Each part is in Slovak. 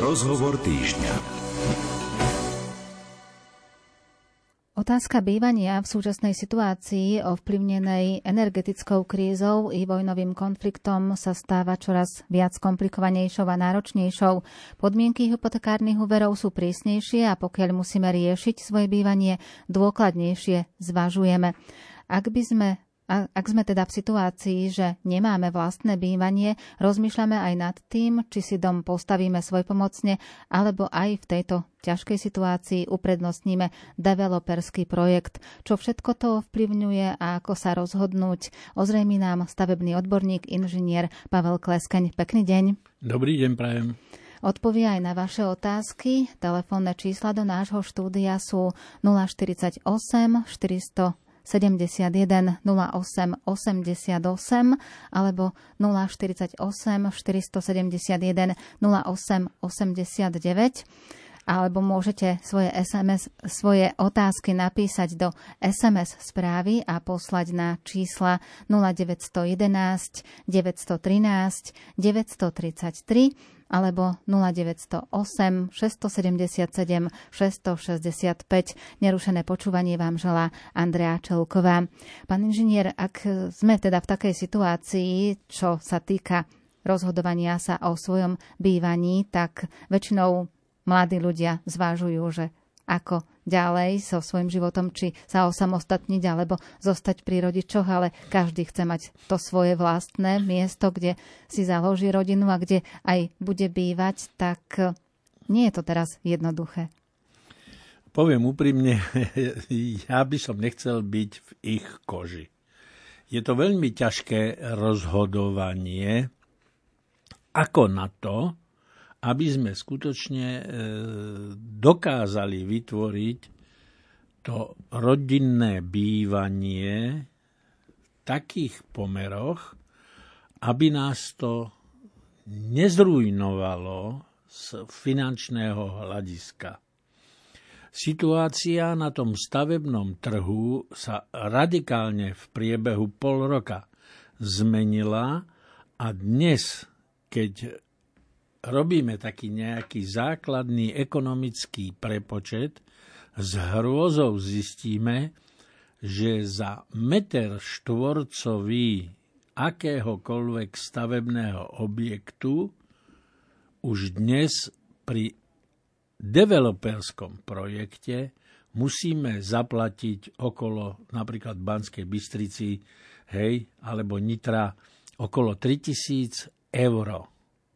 Rozhovor týždňa. Otázka bývania v súčasnej situácii ovplyvnenej energetickou krízou i vojnovým konfliktom sa stáva čoraz viac komplikovanejšou a náročnejšou. Podmienky hypotekárnych úverov sú prísnejšie a pokiaľ musíme riešiť svoje bývanie, dôkladnejšie zvažujeme. Ak sme teda v situácii, že nemáme vlastné bývanie, rozmýšľame aj nad tým, či si dom postavíme svojpomocne, alebo aj v tejto ťažkej situácii uprednostníme developerský projekt. Čo všetko to ovplyvňuje a ako sa rozhodnúť, ozrejmí nám stavebný odborník, inžinier Pavel Kleskaň. Pekný deň. Dobrý deň, prajem. Odpovie aj na vaše otázky. Telefónne čísla do nášho štúdia sú 048 471 08 88 alebo 048 471 08 89 alebo môžete svoje otázky napísať do SMS správy a poslať na čísla 0911 913 933 alebo 0908 677 665. Nerušené počúvanie vám želá Andrea Čelková. Pán inžinier, ak sme teda v takej situácii, čo sa týka rozhodovania sa o svojom bývaní, tak väčšinou mladí ľudia zvážujú, že ako ďalej so svojím životom, či sa osamostatniť alebo zostať pri rodičoch, ale každý chce mať to svoje vlastné miesto, kde si založí rodinu a kde aj bude bývať, tak nie je to teraz jednoduché. Poviem úprimne, ja by som nechcel byť v ich koži. Je to veľmi ťažké rozhodovanie, ako na to, aby sme skutočne dokázali vytvoriť to rodinné bývanie v takých pomeroch, aby nás to nezrujnovalo z finančného hľadiska. Situácia na tom stavebnom trhu sa radikálne v priebehu pol roka zmenila a dnes, keď robíme taký nejaký základný ekonomický prepočet, s hrôzou zistíme, že za meter štvorcový akéhokoľvek stavebného objektu už dnes pri developerskom projekte musíme zaplatiť okolo napríklad Banskej Bystrici, alebo Nitra, okolo 3 000 eur.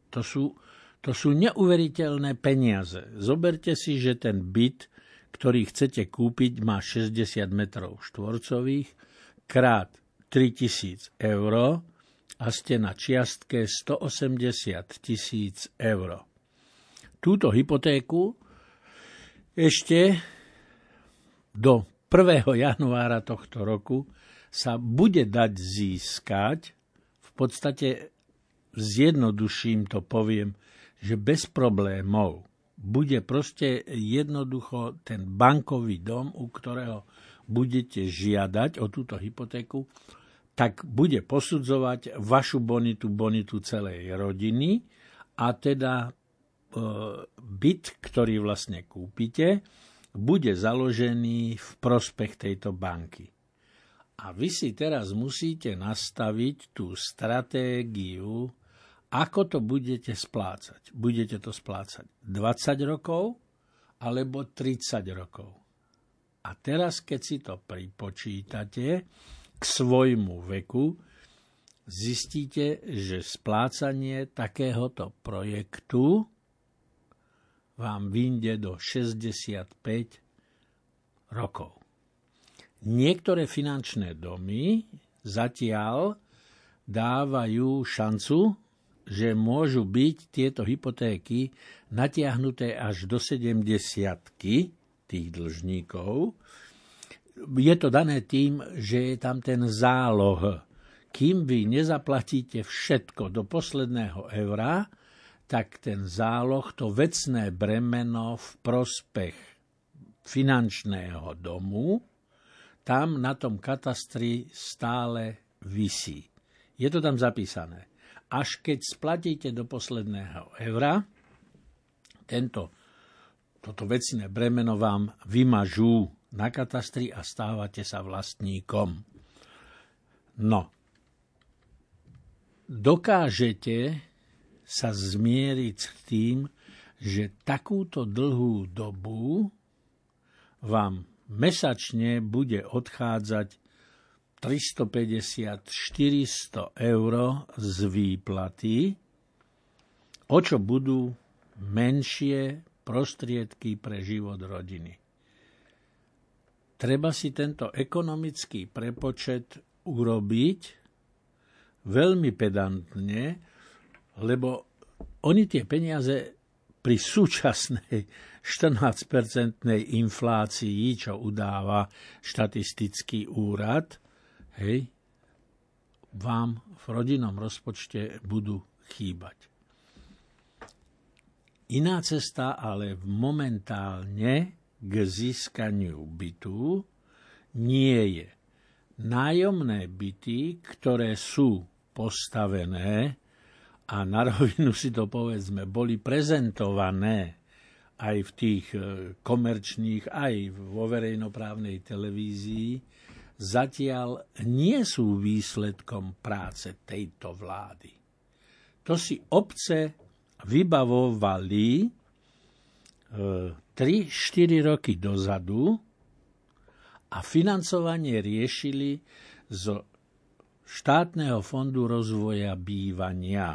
To sú neuveriteľné peniaze. Zoberte si, že ten byt, ktorý chcete kúpiť, má 60 metrov štvorcových krát 3 000 eur a ste na čiastke 180 000 eur. Túto hypotéku ešte do 1. januára tohto roku sa bude dať získať, v podstate zjednoduším to poviem, že bez problémov bude proste jednoducho ten bankový dom, u ktorého budete žiadať o túto hypotéku, tak bude posudzovať vašu bonitu celej rodiny a teda byt, ktorý vlastne kúpite, bude založený v prospech tejto banky. A vy si teraz musíte nastaviť tú stratégiu, ako to budete splácať. Budete to splácať 20 rokov alebo 30 rokov. A teraz, keď si to pripočítate k svojmu veku, zistíte, že splácanie takéhoto projektu vám vyjde do 65 rokov. Niektoré finančné domy zatiaľ dávajú šancu, že môžu byť tieto hypotéky natiahnuté až do 70-ky tých dlžníkov. Je to dané tým, že je tam ten záloh. Kým vy nezaplatíte všetko do posledného eura, tak ten záloh, to vecné bremeno v prospech finančného domu, tam na tom katastri stále visí. Je to tam zapísané. Až keď splatíte do posledného eura, toto vecné bremeno vám vymažú na katastri a stávate sa vlastníkom. No, dokážete sa zmieriť s tým, že takúto dlhú dobu vám mesačne bude odchádzať 350-400 eur z výplaty, o čo budú menšie prostriedky pre život rodiny. Treba si tento ekonomický prepočet urobiť veľmi pedantne, lebo oni tie peniaze pri súčasnej 14% inflácii, čo udáva štatistický úrad, vám v rodinnom rozpočte budú chýbať. Iná cesta ale momentálne k získaniu bytu nie je. Nájomné byty, ktoré sú postavené a na rovinu si to povedzme, boli prezentované aj v tých komerčných, aj vo verejnoprávnej televízii, zatiaľ nie sú výsledkom práce tejto vlády. To si obce vybavovali 3-4 roky dozadu a financovanie riešili zo štátneho fondu rozvoja bývania.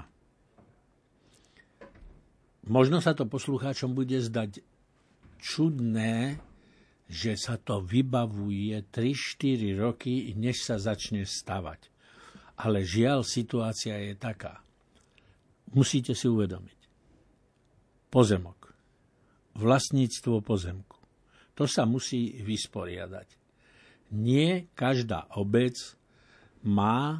Možno sa to poslucháčom bude zdať čudné, že sa to vybavuje 3-4 roky, než sa začne stavať. Ale žiaľ, situácia je taká. Musíte si uvedomiť. Pozemok. Vlastníctvo pozemku. To sa musí vysporiadať. Nie každá obec má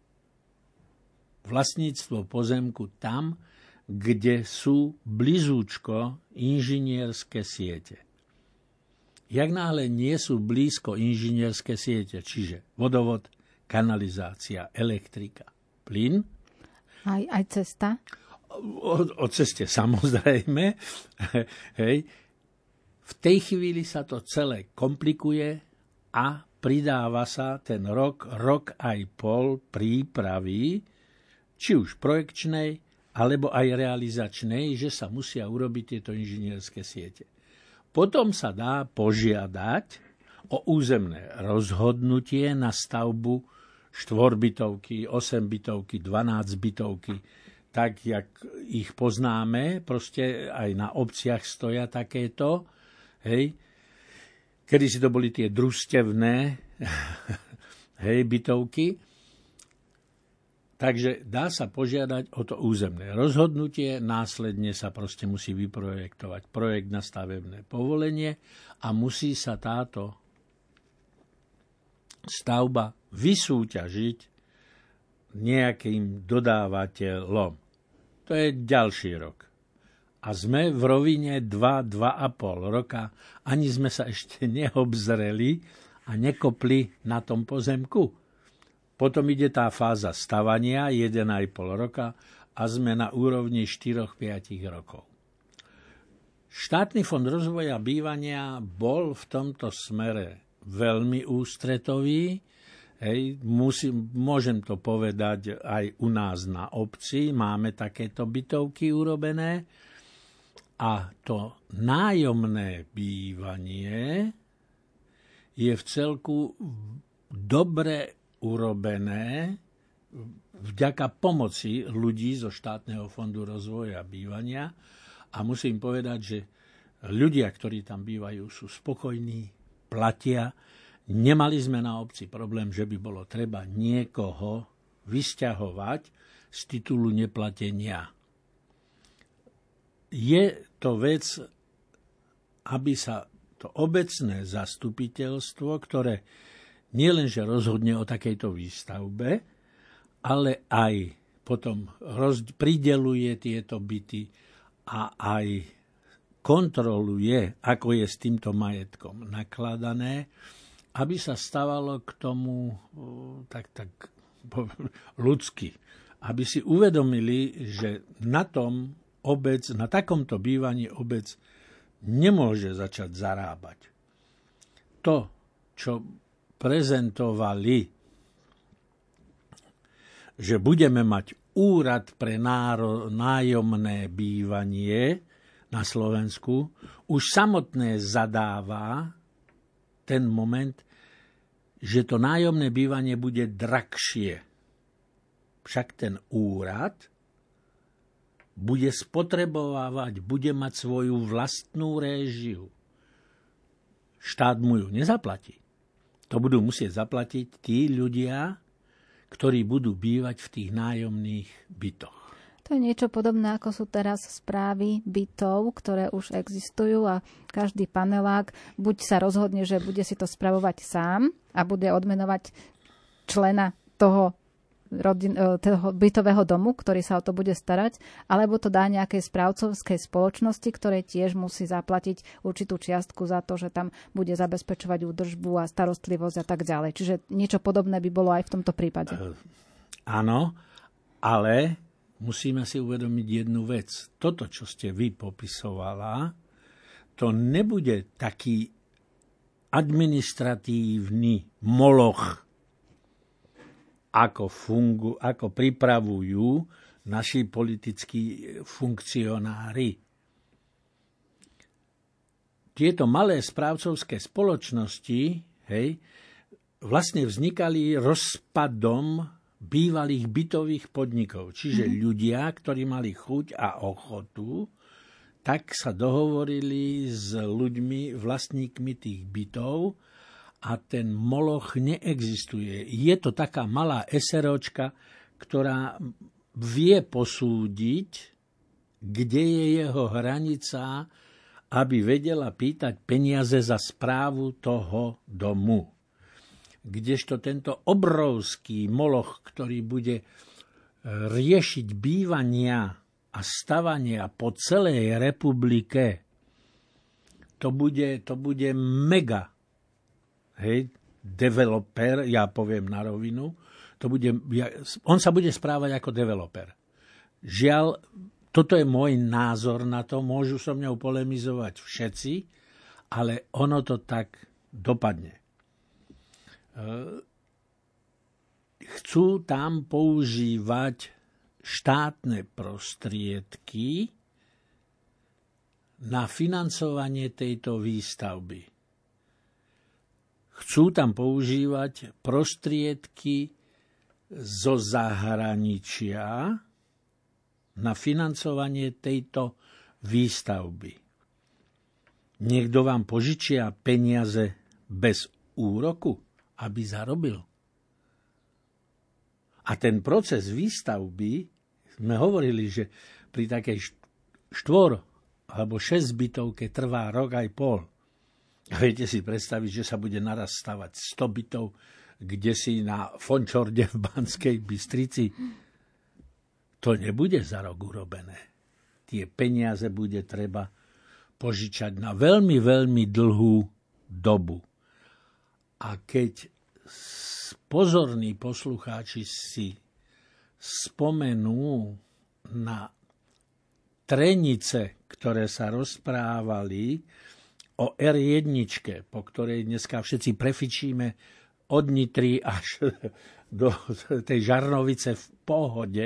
vlastníctvo pozemku tam, kde sú blízúčko inžinierské siete. Jak náhle nie sú blízko inžinierské siete, čiže vodovod, kanalizácia, elektrika, plyn. Aj cesta? O ceste samozrejme. Hej. V tej chvíli sa to celé komplikuje a pridáva sa ten rok aj pol prípravy, či už projekčnej, alebo aj realizačnej, že sa musia urobiť tieto inžinierské siete. Potom sa dá požiadať o územné rozhodnutie na stavbu 4-bytovky, 8-bytovky, 12-bytovky, tak, jak ich poznáme, proste aj na obciach stoja takéto, hej. Kedysi to boli tie družstevné, hej, bytovky. Takže dá sa požiadať o to územné rozhodnutie, následne sa proste musí vyprojektovať projekt na stavebné povolenie a musí sa táto stavba vysúťažiť nejakým dodávateľom. To je ďalší rok. A sme v rovine 2,5 roka, ani sme sa ešte neobzreli a nekopli na tom pozemku. Potom ide tá fáza stavania 1,5 roka a sme na úrovni 4-5 rokov. Štátny fond rozvoja bývania bol v tomto smere veľmi ústretový. Hej, môžem to povedať aj u nás na obci. Máme takéto bytovky urobené. A to nájomné bývanie je v celku dobre urobené vďaka pomoci ľudí zo štátneho fondu rozvoja bývania a musím povedať, že ľudia, ktorí tam bývajú, sú spokojní, platia. Nemali sme na obci problém, že by bolo treba niekoho vysťahovať z titulu neplatenia. Je to vec, aby sa to obecné zastupiteľstvo, ktoré nielenže rozhodne o takejto výstavbe, ale aj potom prideluje tieto byty a aj kontroluje, ako je s týmto majetkom nakladané, aby sa stávalo k tomu tak ľudsky. Aby si uvedomili, že na tom na takomto bývaní obec nemôže začať zarábať. To, čo prezentovali, že budeme mať úrad pre nájomné bývanie na Slovensku, už samotné zadáva ten moment, že to nájomné bývanie bude drahšie. Však ten úrad bude spotrebovávať, bude mať svoju vlastnú réžiu. Štát mu ju nezaplatí. To budú musieť zaplatiť tí ľudia, ktorí budú bývať v tých nájomných bytoch. To je niečo podobné, ako sú teraz správy bytov, ktoré už existujú a každý panelák buď sa rozhodne, že bude si to spravovať sám a bude odmenovať člena toho bytového domu, ktorý sa o to bude starať, alebo to dá nejakej správcovskej spoločnosti, ktoré tiež musí zaplatiť určitú čiastku za to, že tam bude zabezpečovať údržbu a starostlivosť a tak ďalej. Čiže niečo podobné by bolo aj v tomto prípade. Áno, ale musíme si uvedomiť jednu vec. Toto, čo ste vy popisovala, to nebude taký administratívny moloch, ako pripravujú naši politickí funkcionári. Tieto malé správcovské spoločnosti, vlastne vznikali rozpadom bývalých bytových podnikov. Čiže ľudia, ktorí mali chuť a ochotu, tak sa dohovorili s ľuďmi, vlastníkmi tých bytov, a ten moloch neexistuje. Je to taká malá eseročka, ktorá vie posúdiť, kde je jeho hranica, aby vedela pýtať peniaze za správu toho domu. Kdežto tento obrovský moloch, ktorý bude riešiť bývania a stavania po celej republike, to bude mega developer, ja poviem na rovinu, on sa bude správať ako developer. Žiaľ, toto je môj názor na to, môžu so mňou polemizovať všetci, ale ono to tak dopadne. Chcú tam používať štátne prostriedky na financovanie tejto výstavby. Chcú tam používať prostriedky zo zahraničia na financovanie tejto výstavby. Niekto vám požičia peniaze bez úroku, aby zarobil. A ten proces výstavby, sme hovorili, že pri takej 4 alebo 6 bytovke trvá rok aj pol. A viete si predstaviť, že sa bude naraz stavať 100 bytov, kde si na Fončorde v Banskej Bystrici. To nebude za rok urobené. Tie peniaze bude treba požičať na veľmi, veľmi dlhú dobu. A keď pozorní poslucháči si spomenú na trenice, ktoré sa rozprávali o R1, po ktorej dneska všetci prefičíme od Nitry až do tej Žarnovice v pohode,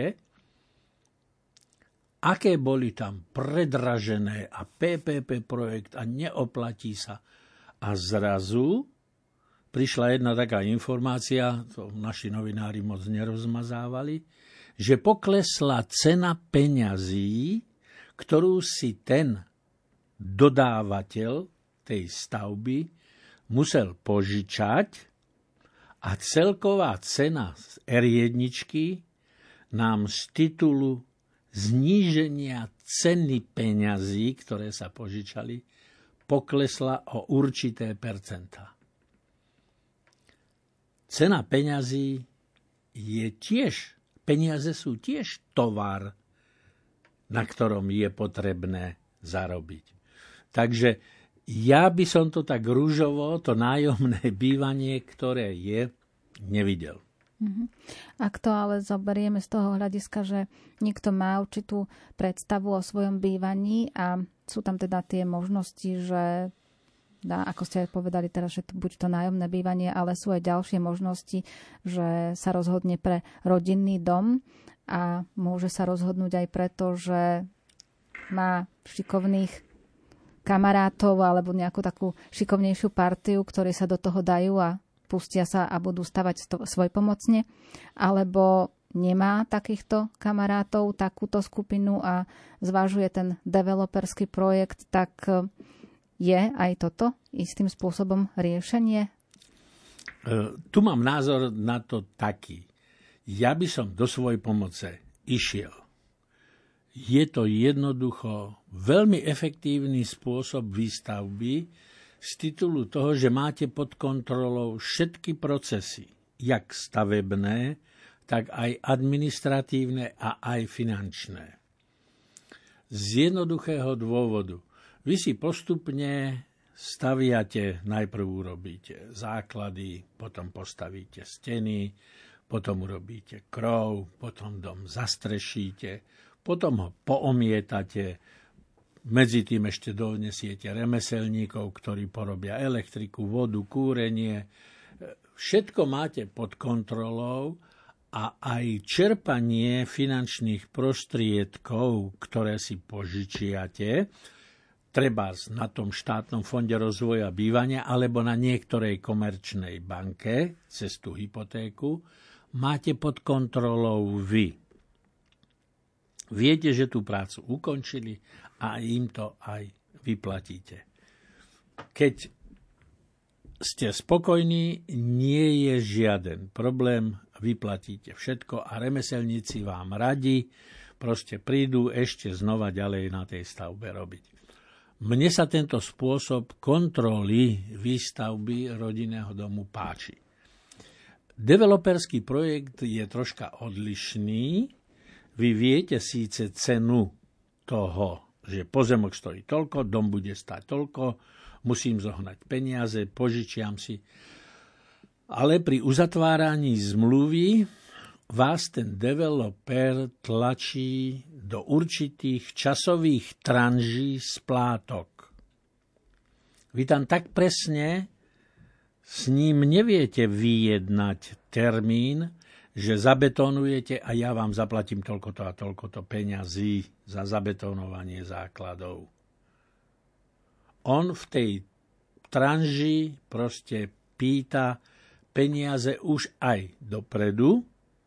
aké boli tam predražené a PPP projekt a neoplatí sa. A zrazu prišla jedna taká informácia, to naši novinári moc nerozmazávali, že poklesla cena peňazí, ktorú si ten dodávateľ tej stavby musel požičať a celková cena z R1 nám z titulu zníženia ceny peňazí, ktoré sa požičali, poklesla o určité percentá. Cena peňazí peniaze sú tiež tovar, na ktorom je potrebné zarobiť. Takže ja by som to tak ružovo, to nájomné bývanie, ktoré je, nevidel. Ak to ale zoberieme z toho hľadiska, že niekto má určitú predstavu o svojom bývaní a sú tam teda tie možnosti, že ako ste povedali teraz, že buď to nájomné bývanie, ale sú aj ďalšie možnosti, že sa rozhodne pre rodinný dom a môže sa rozhodnúť aj preto, že má šikovných kamarátov alebo nejakú takú šikovnejšiu partiu, ktorí sa do toho dajú a pustia sa a budú stavať svojpomocne, alebo nemá takýchto kamarátov, takúto skupinu a zvažuje ten developerský projekt, tak je aj toto istým spôsobom riešenie? Tu mám názor na to taký. Ja by som do svojej pomoce išiel. Je to jednoducho veľmi efektívny spôsob výstavby z titulu toho, že máte pod kontrolou všetky procesy, jak stavebné, tak aj administratívne a aj finančné. Z jednoduchého dôvodu. Vy si postupne staviate, najprv urobíte základy, potom postavíte steny, potom urobíte krov, potom dom zastrešíte, potom ho poomietate, medzi tým ešte donesiete remeselníkov, ktorí porobia elektriku, vodu, kúrenie. Všetko máte pod kontrolou a aj čerpanie finančných prostriedkov, ktoré si požičiate, treba na tom štátnom fonde rozvoja bývania alebo na niektorej komerčnej banke cez tú hypotéku, máte pod kontrolou vy. Viete, že tú prácu ukončili a im to aj vyplatíte. Keď ste spokojní, nie je žiaden problém, vyplatíte všetko a remeselníci vám radi, proste prídu ešte znova ďalej na tej stavbe robiť. Mne sa tento spôsob kontroly výstavby rodinného domu páči. Developerský projekt je troška odlišný. Vy viete síce cenu toho, že pozemok stojí toľko, dom bude stáť toľko, musím zohnať peniaze, požičiam si. Ale pri uzatváraní zmluvy vás ten developer tlačí do určitých časových tranží splátok. Vy tam tak presne s ním neviete vyjednať termín, že zabetonujete a ja vám zaplatím toľkoto a toľkoto peňazí za zabetonovanie základov. On v tej tranži proste pýta peniaze už aj dopredu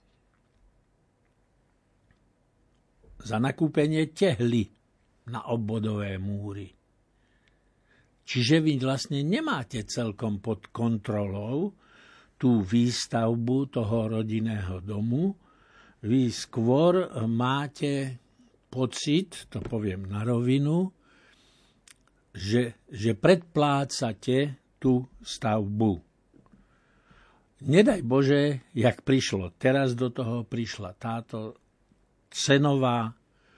za nakúpenie tehly na obvodové múry. Čiže vy vlastne nemáte celkom pod kontrolou tú výstavbu toho rodinného domu. Vy skôr máte pocit, to poviem na rovinu, že predplácate tú stavbu. Nedaj Bože, jak prišlo. Teraz do toho prišla táto cenová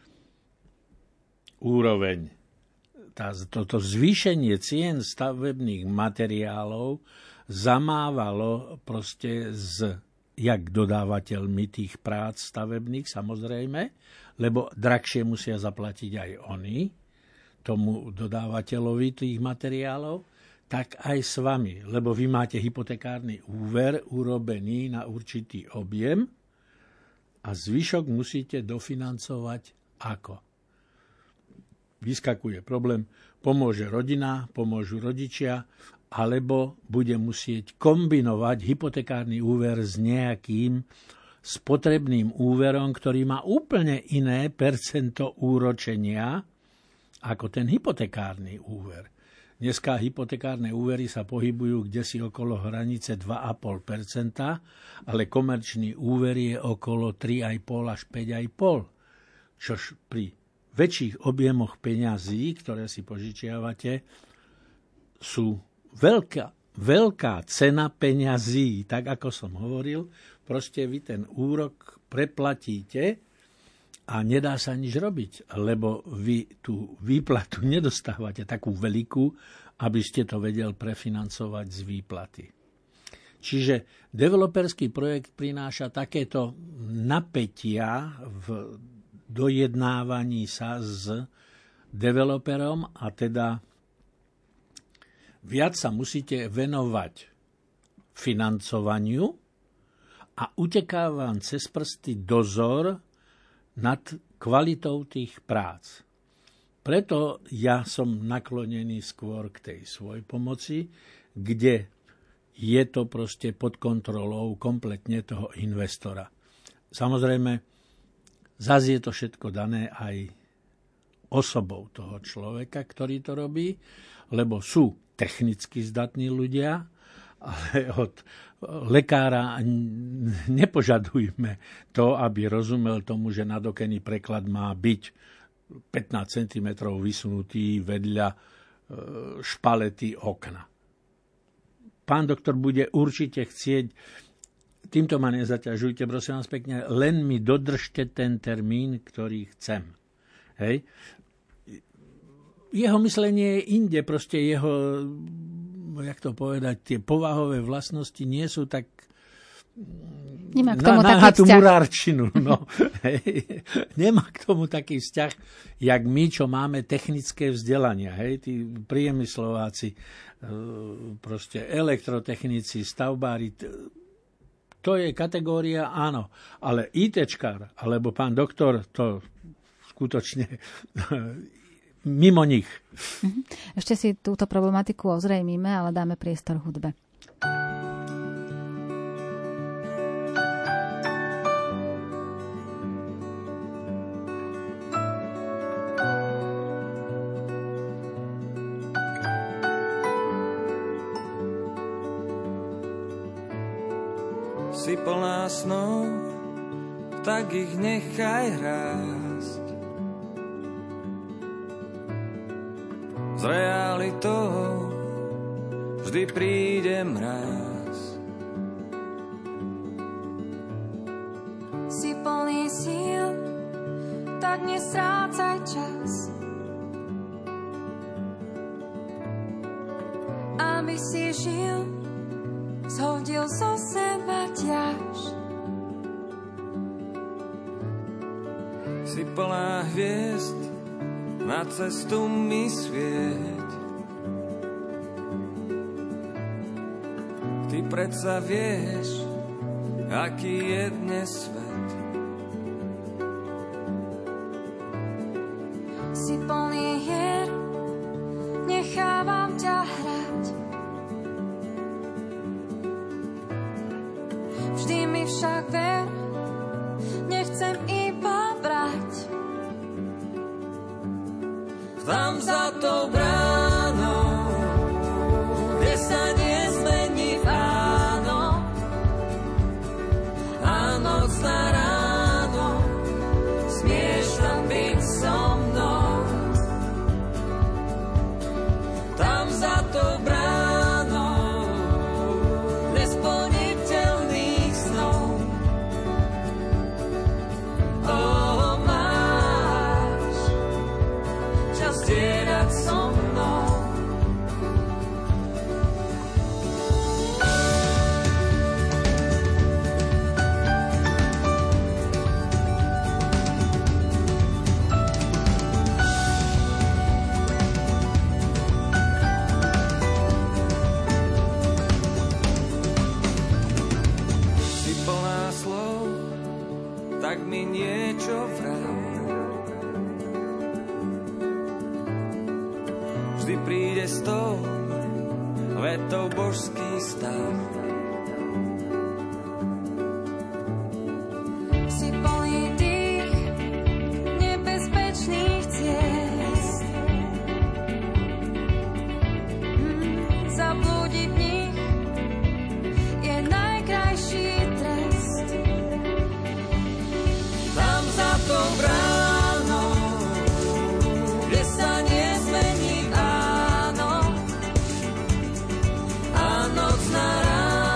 úroveň. Toto zvýšenie cien stavebných materiálov zamávalo proste jak dodávateľmi tých prác stavebných, samozrejme, lebo drahšie musia zaplatiť aj oni, tomu dodávateľovi tých materiálov, tak aj s vami, lebo vy máte hypotekárny úver urobený na určitý objem a zvyšok musíte dofinancovať ako? Vyskakuje problém, pomôže rodina, pomôžu rodičia, alebo bude musieť kombinovať hypotekárny úver s nejakým spotrebným úverom, ktorý má úplne iné percento úročenia ako ten hypotekárny úver. Dneska hypotekárne úvery sa pohybujú kdesi okolo hranice 2,5%, ale komerčný úver je okolo 3,5 až 5,5%. Čož pri väčších objemoch peňazí, ktoré si požičiavate, sú veľká cena peňazí. Tak ako som hovoril, proste vy ten úrok preplatíte a nedá sa nič robiť, lebo vy tú výplatu nedostávate takú veľkú, aby ste to vedel prefinancovať z výplaty. Čiže developerský projekt prináša takéto napätia v dojednávaní sa s developerom a teda viac sa musíte venovať financovaniu a uteká vám cez prsty dozor nad kvalitou tých prác. Preto ja som naklonený skôr k tej svojpomoci, kde je to proste pod kontrolou kompletne toho investora. Samozrejme, zase je to všetko dané aj osobou toho človeka, ktorý to robí, lebo sú technicky zdatní ľudia, ale od lekára nepožadujme to, aby rozumel tomu, že nadokený preklad má byť 15 cm vysunutý vedľa špalety okna. Pán doktor bude určite chcieť, týmto ma nezaťažujte, prosím vás pekne, len mi dodržte ten termín, ktorý chcem. Hej. Jeho myslenie je inde, proste jeho, jak to povedať, tie povahové vlastnosti nie sú tak nemá k tomu taký na tú vzťah. murárčinu. No. Nemá k tomu taký vzťah, jak my, čo máme technické vzdelania. Hej? Tí priemyslováci, proste elektrotechnici, stavbári, to je kategória, áno. Ale ITčkár, alebo pán doktor, to skutočne mimo nich. Ešte si túto problematiku ozrejmíme, ale dáme priestor hudbe. Si plná snov, tak ich nechaj rásť. S realitou vždy príde mráz. Si plný síl, tak nestrácaj čas. Aby si žil, zhodil zo seba ťaž. Si plná hviezd, na cestu mi svieť. Ty predsa vieš, aký je dnes svet. Si plný hier, nechávam ťa hrať. Vždy mi však ver, nechcem iba brať. Tam za tou bránou, kde sa nezmení v áno, a noc na ráno, smieš tam byť so mnou. Tam za tou bránou, nesplniteľných snov. Máš čas zdieľať so mnou. Si plná slov, tak mi niečo vraj. Vždy príde s tou vetou božský stav. Si plný tých nebezpečných ciest. Zablúdiť v nich je najkrajší trest. Tam za tou bránou, kde sa nezmení áno, a noc na ráno.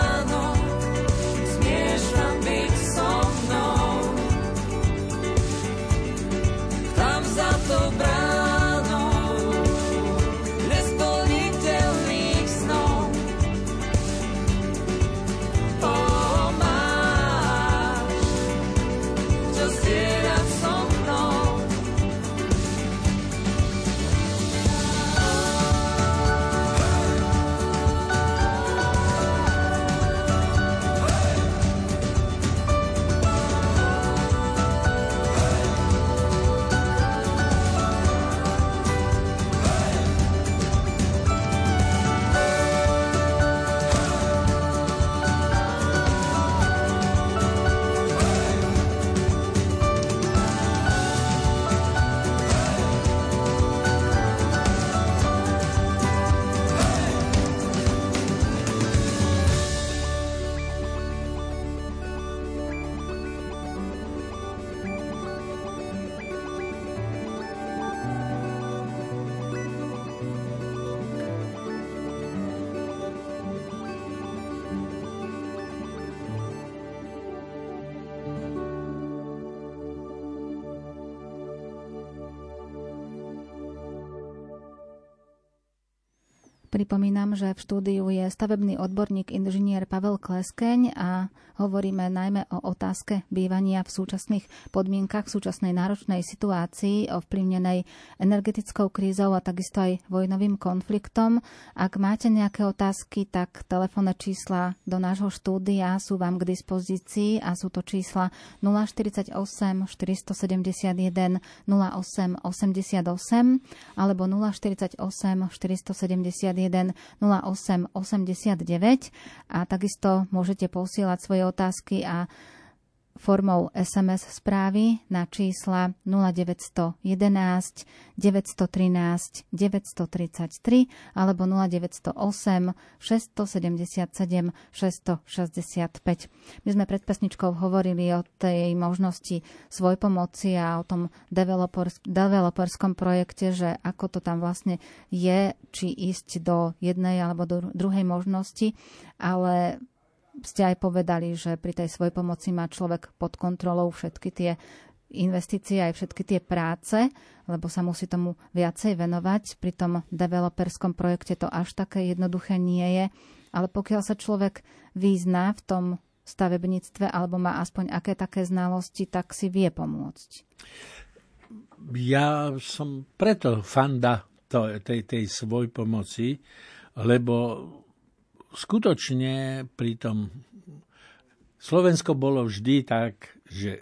Pripomínam, že v štúdiu je stavebný odborník inžinier Pavel Kleskeň a hovoríme najmä o otázke bývania v súčasných podmienkach, v súčasnej náročnej situácii ovplyvnenej energetickou krízou a takisto aj vojnovým konfliktom. Ak máte nejaké otázky, tak telefónne čísla do nášho štúdia sú vám k dispozícii a sú to čísla 048 471 0888 alebo 048 471 0889 a takisto môžete posielať svoje otázky a formou SMS správy na čísla 0911 913 933 alebo 0908 677 665. My sme pred pesničkou hovorili o tej možnosti svojpomoci a o tom developerskom projekte, že ako to tam vlastne je, či ísť do jednej alebo do druhej možnosti, ale ste aj povedali, že pri tej svojpomoci má človek pod kontrolou všetky tie investície aj všetky tie práce, lebo sa musí tomu viacej venovať. Pri tom developerskom projekte to až také jednoduché nie je, ale pokiaľ sa človek vyzná v tom stavebníctve alebo má aspoň aké také znalosti, tak si vie pomôcť. Ja som preto fanda tej svojpomoci, lebo skutočne pri tom Slovensko bolo vždy tak, že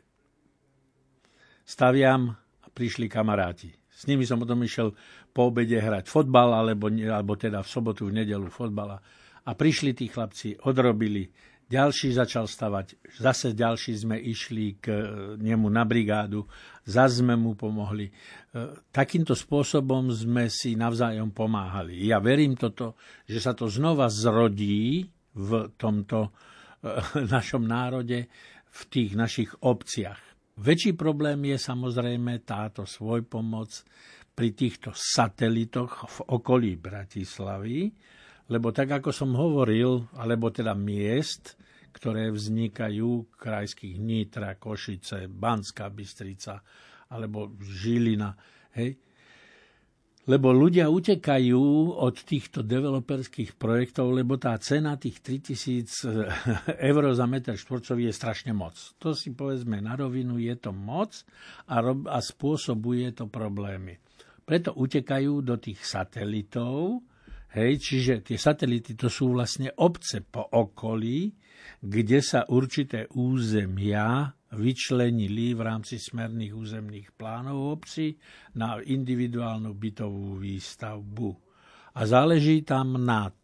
staviam a prišli kamaráti. S nimi som potom išiel po obede hrať fotbal, alebo teda v sobotu, v nedeľu fotbala. A prišli tí chlapci, odrobili, ďalší začal stavať, zase ďalší sme išli k nemu na brigádu, zase sme mu pomohli. Takýmto spôsobom sme si navzájom pomáhali. Ja verím toto, že sa to znova zrodí v tomto našom národe, v tých našich obciach. Väčší problém je samozrejme táto svojpomoc pri týchto satelitoch v okolí Bratislavy, lebo tak, ako som hovoril, alebo teda miest, ktoré vznikajú, krajských Nitra, Košice, Banská Bystrica, alebo Žilina, hej. Lebo ľudia utekajú od týchto developerských projektov, lebo tá cena tých 3000 eur za meter štvorcový je strašne moc. To si povedzme na rovinu, je to moc a spôsobuje to problémy. Preto utekajú do tých satelitov, hej, čiže tie satelity to sú vlastne obce po okolí, kde sa určité územia vyčlenili v rámci smerných územných plánov obcí na individuálnu bytovú výstavbu. A záleží tam na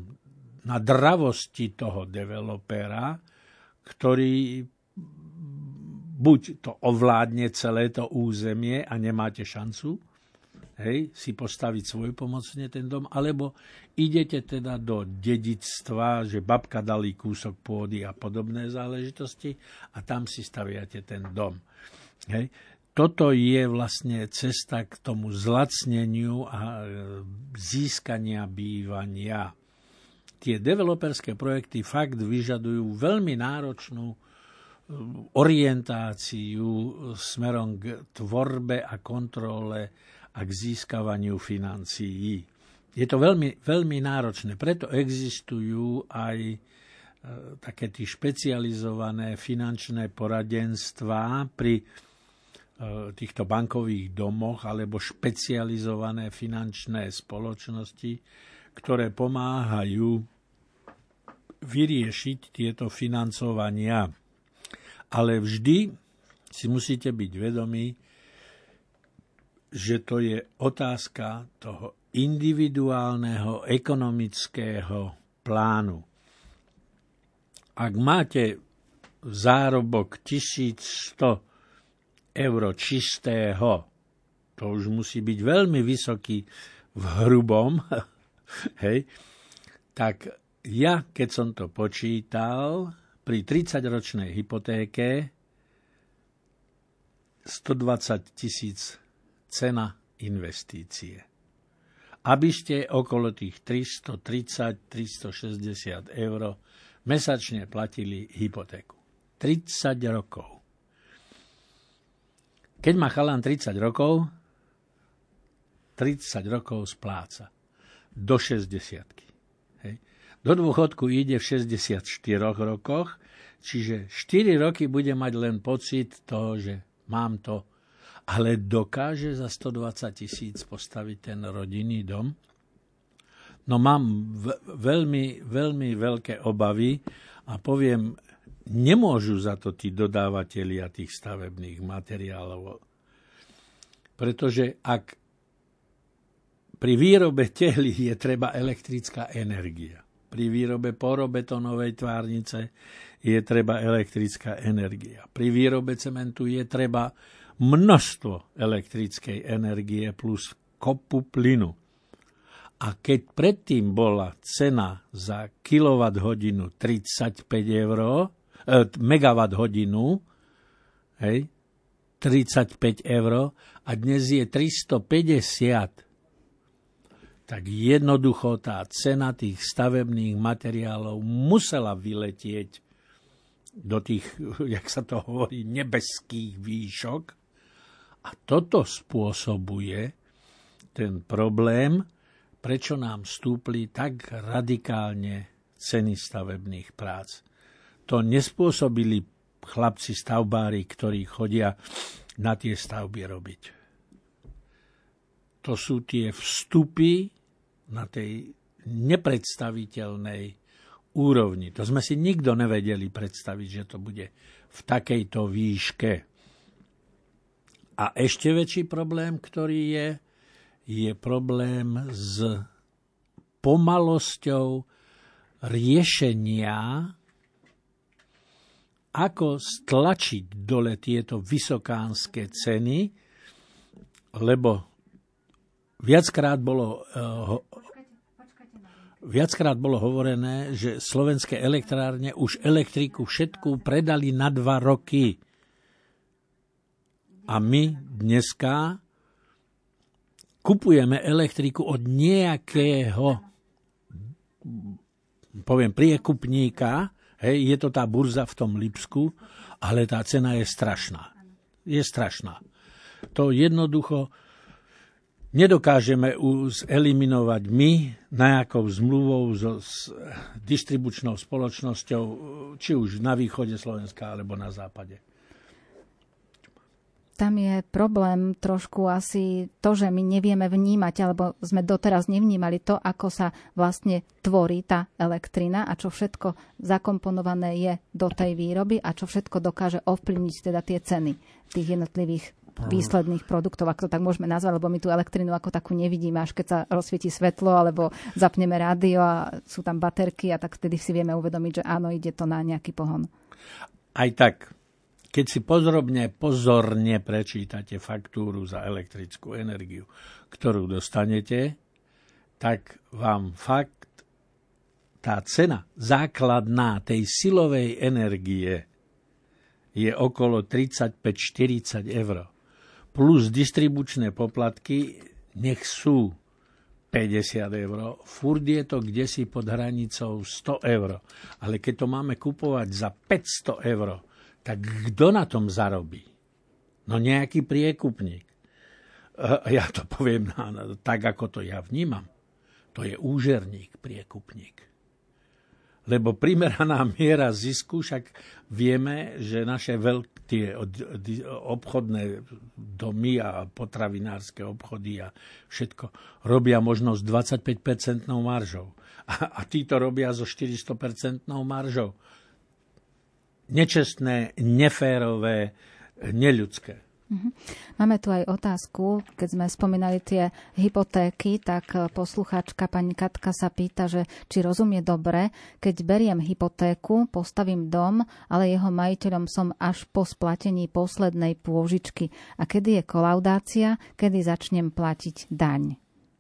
dravosti toho developera, ktorý buď to ovládne celé to územie a nemáte šancu, hej, si postaviť svojpomocne ten dom, alebo idete teda do dedičstva, že babka dali kúsok pôdy a podobné záležitosti a tam si staviate ten dom. Hej. Toto je vlastne cesta k tomu zlacneniu a získania bývania. Tie developerské projekty fakt vyžadujú veľmi náročnú orientáciu smerom k tvorbe a kontrole a k získavaniu financií. Je to veľmi, veľmi náročné, preto existujú aj také tí špecializované finančné poradenstvá pri týchto bankových domoch alebo špecializované finančné spoločnosti, ktoré pomáhajú vyriešiť tieto financovania. Ale vždy si musíte byť vedomí, že to je otázka toho individuálneho ekonomického plánu. Ak máte zárobok 1100 eur čistého, to už musí byť veľmi vysoký v hrubom, hej, tak ja, keď som to počítal, pri 30-ročnej hypotéke 120 000 cena investície. Aby ste okolo tých 330-360 eur mesačne platili hypotéku. 30 rokov. Keď má chalan 30 rokov, 30 rokov spláca. do 60-ky. Hej. Do dôchodku ide v 64 rokoch, čiže 4 roky bude mať len pocit toho, že mám to, ale dokáže za 120 000 postaviť ten rodinný dom? No mám veľmi, veľmi veľké obavy a poviem, nemôžu za to tí dodávateľia tých stavebných materiálov. Pretože ak pri výrobe tehly je treba elektrická energia, pri výrobe porobetónovej tvárnice je treba elektrická energia, pri výrobe cementu je treba množstvo elektrickej energie plus kopu plynu. A keď predtým bola cena za kilowatt-hodinu 35 €, megawatt hodinu, hej, 35 € a dnes je 350, tak jednoducho tá cena tých stavebných materiálov musela vyletieť do tých, jak sa to hovorí, nebeských výšok. A toto spôsobuje ten problém, prečo nám stúpli tak radikálne ceny stavebných prác. To nespôsobili chlapci stavbári, ktorí chodia na tie stavby robiť. To sú tie vstupy na tej nepredstaviteľnej úrovni. To sme si nikto nevedeli predstaviť, že to bude v takejto výške. A ešte väčší problém, ktorý je problém s pomalosťou riešenia, ako stlačiť dole tieto vysokánske ceny, lebo viackrát bolo hovorené, že slovenské elektrárne už elektriku všetku predali na 2 roky. A my dneska kupujeme elektriku od nejakého, poviem, priekupníka, hej, je to tá burza v tom Lipsku, ale tá cena je strašná. Je strašná. To jednoducho nedokážeme eliminovať my nejakou zmluvou s distribučnou spoločnosťou, či už na východe Slovenska, alebo na západe. Tam je problém trošku asi to, že my nevieme vnímať, alebo sme doteraz nevnímali to, ako sa vlastne tvorí tá elektrina a čo všetko zakomponované je do tej výroby a čo všetko dokáže ovplyvniť teda tie ceny tých jednotlivých výsledných produktov, ak to tak môžeme nazvať, lebo my tú elektrinu ako takú nevidíme, až keď sa rozsvieti svetlo, alebo zapneme rádio a sú tam baterky a tak vtedy si vieme uvedomiť, že áno, ide to na nejaký pohon. Aj tak. Keď si pozorne prečítate faktúru za elektrickú energiu, ktorú dostanete, tak vám fakt tá cena základná tej silovej energie je okolo 35-40 €. Plus distribučné poplatky nech sú 50 €. Furt je to kdesi pod hranicou 100 €. Ale keď to máme kupovať za 500 €, tak kto na tom zarobí? No nejaký priekupník. Ja to poviem tak, ako to ja vnímam. To je úžerník, priekupník. Lebo primeraná miera zisku, však vieme, že naše tie obchodné domy a potravinárske obchody a všetko robia možno s 25% maržou. A títo robia so 400% maržou. Nečestné, neférové, neľudské. Máme tu aj otázku, keď sme spomínali tie hypotéky, tak poslucháčka pani Katka sa pýta, že či rozumie dobre, keď beriem hypotéku, postavím dom, ale jeho majiteľom som až po splatení poslednej pôžičky. A kedy je kolaudácia, kedy začnem platiť daň?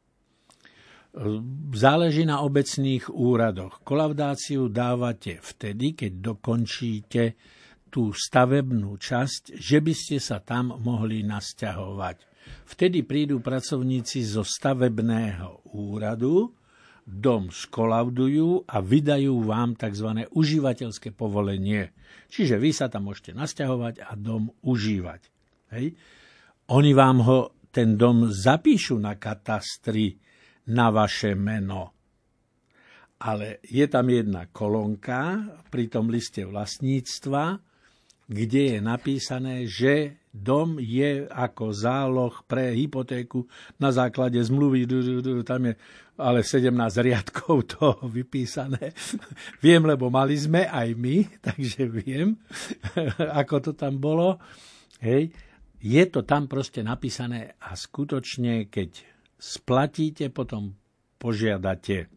Záleží na obecných úradoch. Kolaudáciu dávate vtedy, keď dokončíte tú stavebnú časť, že by ste sa tam mohli nasťahovať. Vtedy prídu pracovníci zo stavebného úradu, dom skolaudujú a vydajú vám tzv. Užívateľské povolenie. Čiže vy sa tam môžete nasťahovať a dom užívať. Hej. Oni vám ten dom zapíšu na katastri na vaše meno. Ale je tam jedna kolónka pri tom liste vlastníctva, kde je napísané, že dom je ako záloh pre hypotéku na základe zmluvy. Tam je ale 17 riadkov to vypísané. Viem, lebo mali sme aj my, takže viem, ako to tam bolo. Hej. Je to tam proste napísané a skutočne, keď splatíte, potom požiadate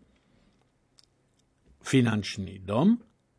finančný dom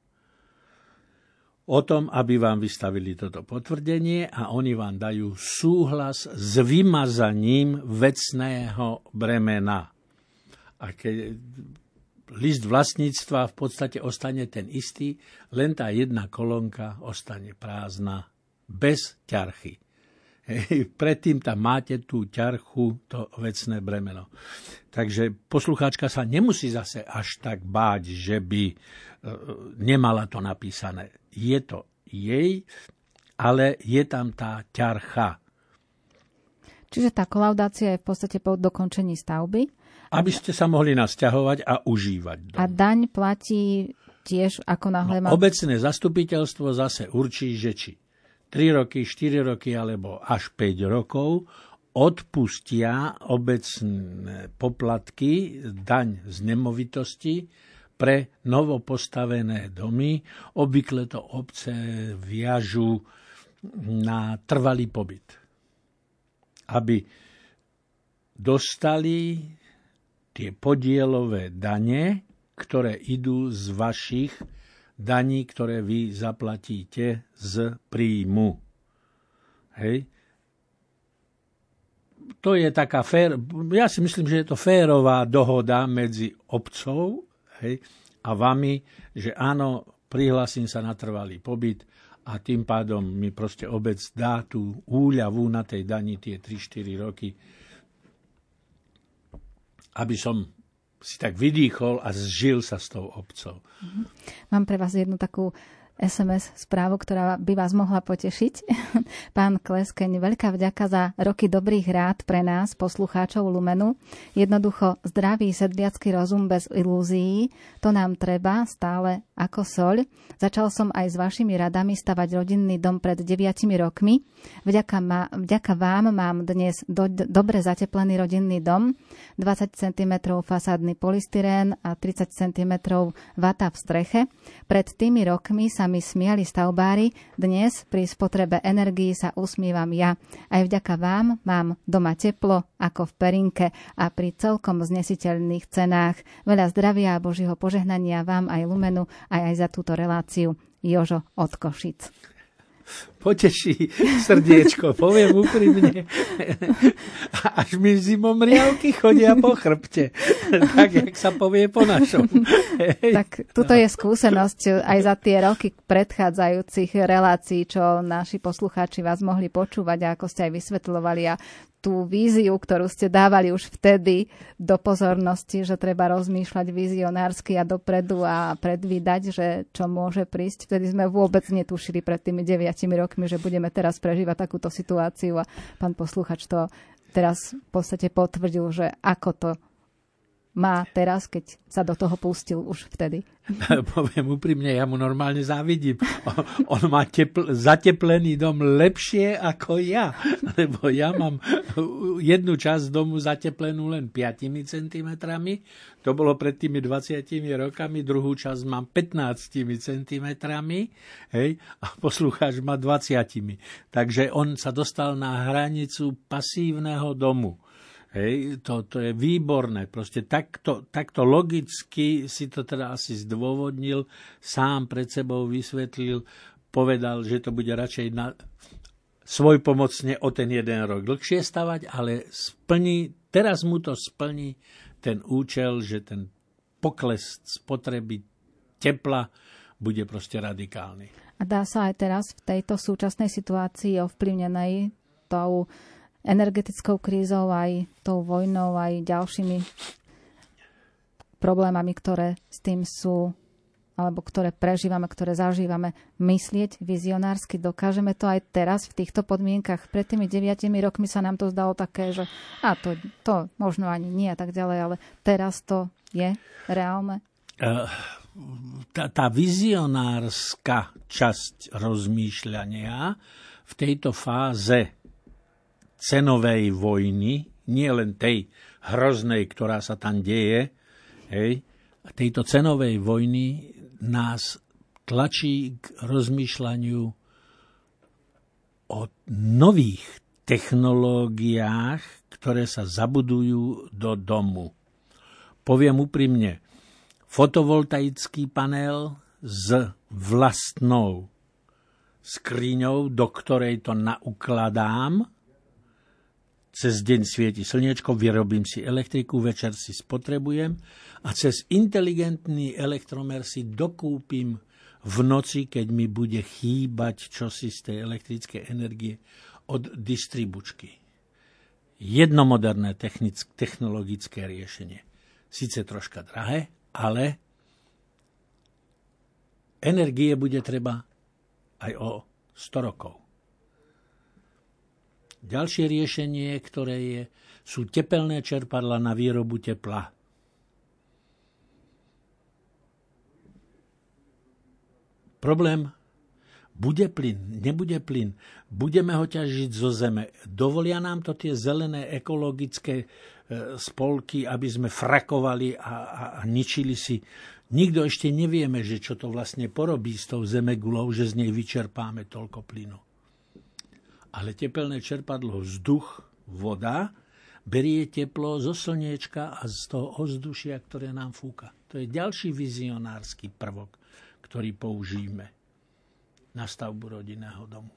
o tom, aby vám vystavili toto potvrdenie a oni vám dajú súhlas s vymazaním vecného bremena. A keď list vlastníctva v podstate ostane ten istý, len tá jedna kolónka ostane prázdna, bez ťarchy. Predtým tam máte tú ťarchu, to vecné bremeno. Takže poslucháčka sa nemusí zase až tak báť, že by nemala to napísané. Je to jej, ale je tam tá ťarcha. Čiže tá kolaudácia je v podstate po dokončení stavby. Aby ste sa mohli nasťahovať a užívať dom. A daň platí tiež ako náhle má... Obecné zastupiteľstvo zase určí, že či 3 roky, 4 roky alebo až 5 rokov odpustia obecné poplatky, daň z nemovitosti pre novopostavené domy. Obvykle to obce viažu na trvalý pobyt, aby dostali tie podielové dane, ktoré idú z vašich daní, ktoré vy zaplatíte z príjmu. Hej. To je taká ja si myslím, že je to férová dohoda medzi obcov, hej, a vami, že áno, prihlasím sa na trvalý pobyt a tým pádom mi proste obec dá tú úľavu na tej dani tie 3-4 roky, aby som si tak vydýchol a zžil sa s tou obcov. Mám pre vás jednu takú SMS správu, ktorá by vás mohla potešiť. Pán Kleskeň, veľká vďaka za roky dobrých rád pre nás, poslucháčov Lumenu. Jednoducho zdravý sedliacky rozum bez ilúzií, to nám treba stále ako soľ. Začal som aj s vašimi radami stavať rodinný dom pred 9 rokmi. Vďaka vám mám dnes dobre zateplený rodinný dom, 20 cm fasádny polystyrén a 30 cm vata v streche. Pred tými rokmi sa mi smiali stavbári, dnes pri spotrebe energií sa usmievam ja. Aj vďaka vám mám doma teplo ako v Perinke a pri celkom znesiteľných cenách. Veľa zdravia a Božieho požehnania vám aj Lumenu, aj za túto reláciu. Jožo od Košic. Poteší srdiečko, poviem úprimne. Až mi zimom riavky chodia po chrbte. Tak, jak sa povie po našom. Tak tuto je skúsenosť aj za tie roky predchádzajúcich relácií, čo naši poslucháči vás mohli počúvať a ako ste aj vysvetľovali a tú víziu, ktorú ste dávali už vtedy do pozornosti, že treba rozmýšľať vizionársky a dopredu a predvídať, že čo môže prísť. Vtedy sme vôbec netušili pred tými 9 rokmi, že budeme teraz prežívať takúto situáciu a pán posluchač to teraz v podstate potvrdil, že ako to má teraz, keď sa do toho pustil už vtedy. Poviem úprimne, ja mu normálne závidím. On má zateplený dom lepšie ako ja, lebo ja mám jednu časť domu zateplenú len 5 cm, to bolo pred tými 20 rokami, druhú časť mám 15 cm, hej, a poslucháč má 20. Takže on sa dostal na hranicu pasívneho domu. Hej, to je výborné. Proste takto logicky si to teda asi zdôvodnil, sám pred sebou vysvetlil, povedal, že to bude radšej svojpomocne o ten 1 rok dlhšie stavať, ale teraz mu to splní ten účel, že ten pokles spotreby tepla bude proste radikálny. A dá sa aj teraz v tejto súčasnej situácii ovplyvnenej tou energetickou krízou, aj tou vojnou, aj ďalšími problémami, ktoré s tým sú, alebo ktoré prežívame, ktoré zažívame, myslieť vizionársky. Dokážeme to aj teraz v týchto podmienkach. Pred tými 9 rokmi sa nám to zdalo také, že to možno ani nie a tak ďalej, ale teraz to je reálne. Tá vizionárska časť rozmýšľania v tejto fáze cenovej vojny, nie len tej hroznej, ktorá sa tam deje, tejto cenovej vojny nás tlačí k rozmýšľaniu o nových technológiách, ktoré sa zabudujú do domu. Poviem úprimne, fotovoltaický panel s vlastnou skriňou, do ktorej to naukladám, cez deň svieti slniečko, vyrobím si elektriku, večer si spotrebujem a cez inteligentný elektromer si dokúpim v noci, keď mi bude chýbať čosi z tej elektrickej energie od distribučky. Jedno moderné technologické riešenie. Sice troška drahé, ale energie bude treba aj o 100 rokov. Ďalšie riešenie, ktoré sú tepelné čerpadlá na výrobu tepla. Problém, bude plyn, nebude plyn, budeme ho ťažiť zo zeme. Dovolia nám to tie zelené ekologické spolky, aby sme frakovali a ničili si. Nikto ešte nevieme, že čo to vlastne porobí s tou zemegulou, že z nej vyčerpáme toľko plynu. Ale tepelné čerpadlo, vzduch, voda, berie teplo zo slniečka a z toho ovzdušia, ktoré nám fúka. To je ďalší vizionársky prvok, ktorý použijeme na stavbu rodinného domu.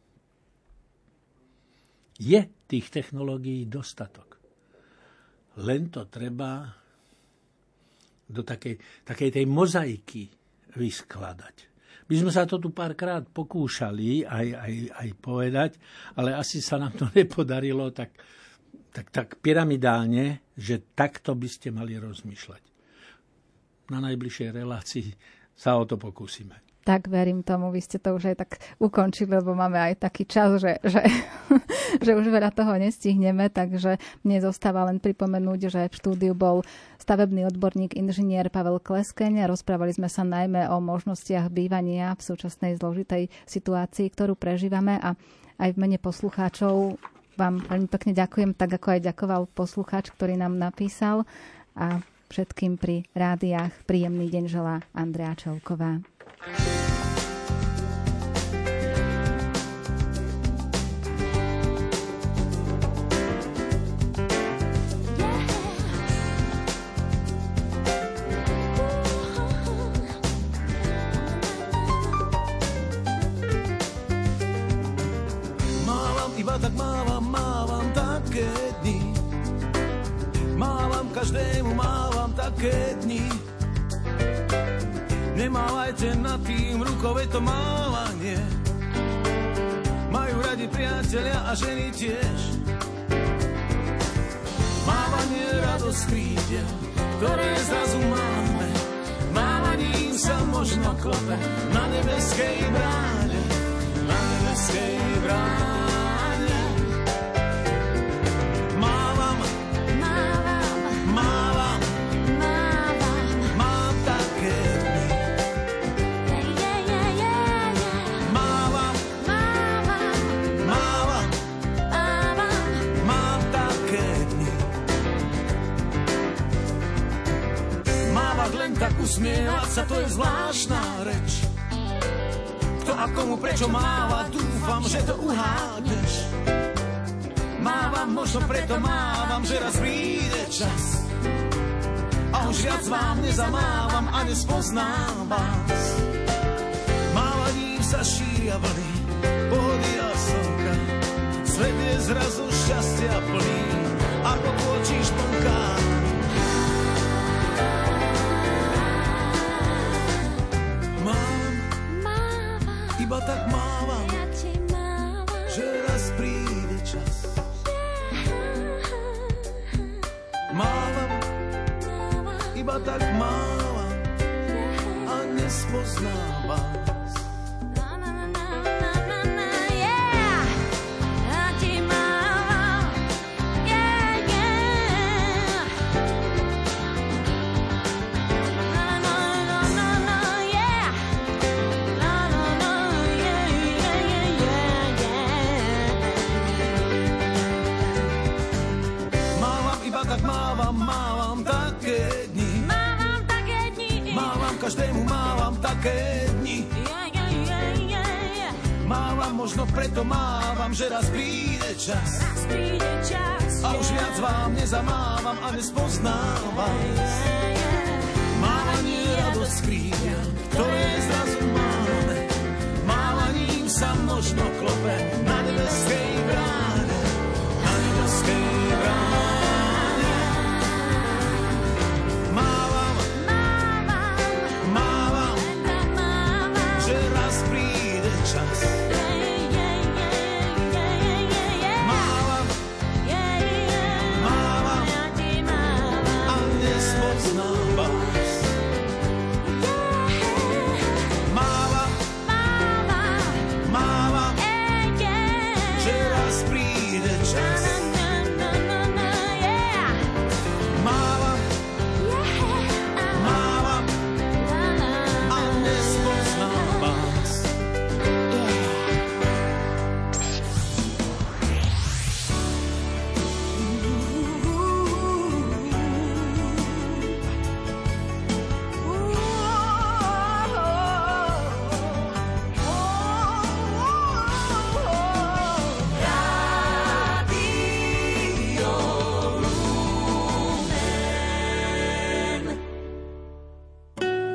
Je tých technológií dostatok. Len to treba do takej tej mozaiky vyskladať. My sme sa to tu párkrát pokúšali aj povedať, ale asi sa nám to nepodarilo tak pyramidálne, že takto by ste mali rozmýšľať. Na najbližšej relácii sa o to pokúsime. Tak verím tomu, vy ste to už aj tak ukončili, lebo máme aj taký čas, že už veľa toho nestihneme, takže mne zostáva len pripomenúť, že v štúdiu bol stavebný odborník inžinier Pavel Kleskeň a rozprávali sme sa najmä o možnostiach bývania v súčasnej zložitej situácii, ktorú prežívame, a aj v mene poslucháčov vám veľmi pekne ďakujem, tak ako aj ďakoval poslucháč, ktorý nám napísal, a všetkým pri rádiách príjemný deň želá Andrea Čelková. Mávam také dni. Mávam každému, mávam také dni. Nemávajte nad tým rukou, veď to mávanie majú radi priatelia a ženy tiež. Mávanie radosť krídel, ktoré zrazu máme. Mávaním sa možno klope na nebeskej bráne. Na nebeskej bráne. Tak usmievať sa, to je zvláštna reč. Kto a komu prečo máva, dúfam, že to uhádneš. Mávam, možno preto mávam, že raz príde čas a už viac vám nezamávam a nespoznám vás. Mávaním sa šíria vlny, pohody a slnka. Svet je zrazu šťastia plný, ako pôčíš plnká. Iba tak mávam, že raz príde čas. Mávam, iba tak mávam a nespoznáva. Mávam také dni. Mávam každému, mávam také dni. Mávam, možno preto mávam, že raz príde čas. A už viac vám nezamávam a nespoznávam. Mávanie radosť kríďa, ktoré zrazu máme. Mávaním sa možno klope na nebeskej